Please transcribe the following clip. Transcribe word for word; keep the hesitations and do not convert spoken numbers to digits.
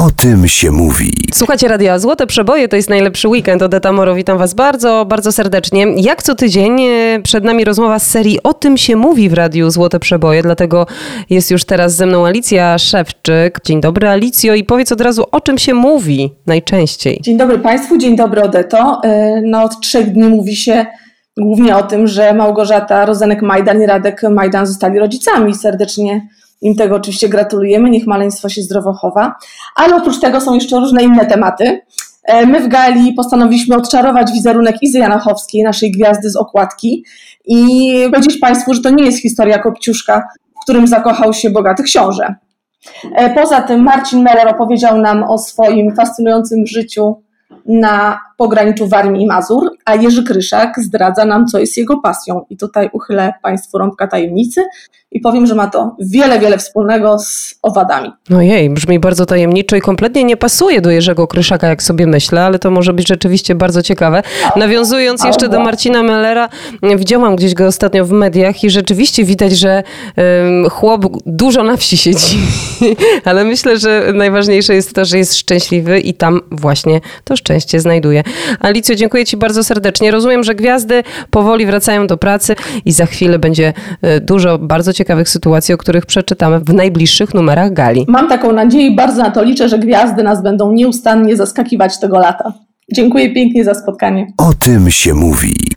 O tym się mówi. Słuchajcie radia Złote Przeboje, to jest najlepszy weekend. Odeta Moro, witam was bardzo, bardzo serdecznie. Jak co tydzień przed nami rozmowa z serii O tym się mówi w radiu Złote Przeboje, dlatego jest już teraz ze mną Alicja Szewczyk. Dzień dobry, Alicjo, i powiedz od razu, o czym się mówi najczęściej. Dzień dobry Państwu, dzień dobry Odeto. No od trzech dni mówi się głównie o tym, że Małgorzata Rozenek-Majdan i Radek Majdan zostali rodzicami. Serdecznie im tego oczywiście gratulujemy, niech maleństwo się zdrowo chowa. Ale oprócz tego są jeszcze różne inne tematy. My w Gali postanowiliśmy odczarować wizerunek Izy Janachowskiej, naszej gwiazdy z okładki, i powiedzieć Państwu, że to nie jest historia Kopciuszka, w którym zakochał się bogaty książę. Poza tym Marcin Meller opowiedział nam o swoim fascynującym życiu na pograniczu Warmii i Mazur, a Jerzy Kryszak zdradza nam, co jest jego pasją. I tutaj uchylę Państwu rąbka tajemnicy i powiem, że ma to wiele, wiele wspólnego z owadami. Ojej, brzmi bardzo tajemniczo i kompletnie nie pasuje do Jerzego Kryszaka, jak sobie myślę, ale to może być rzeczywiście bardzo ciekawe. Nawiązując jeszcze do Marcina Mellera, widziałam gdzieś go ostatnio w mediach i rzeczywiście widać, że um, chłop dużo na wsi siedzi, ale myślę, że najważniejsze jest to, że jest szczęśliwy i tam właśnie to szczęście znajduje. Alicjo, dziękuję Ci bardzo serdecznie. Rozumiem, że gwiazdy powoli wracają do pracy i za chwilę będzie dużo bardzo ciekawych sytuacji, o których przeczytamy w najbliższych numerach Gali. Mam taką nadzieję i bardzo na to liczę, że gwiazdy nas będą nieustannie zaskakiwać tego lata. Dziękuję pięknie za spotkanie. O tym się mówi.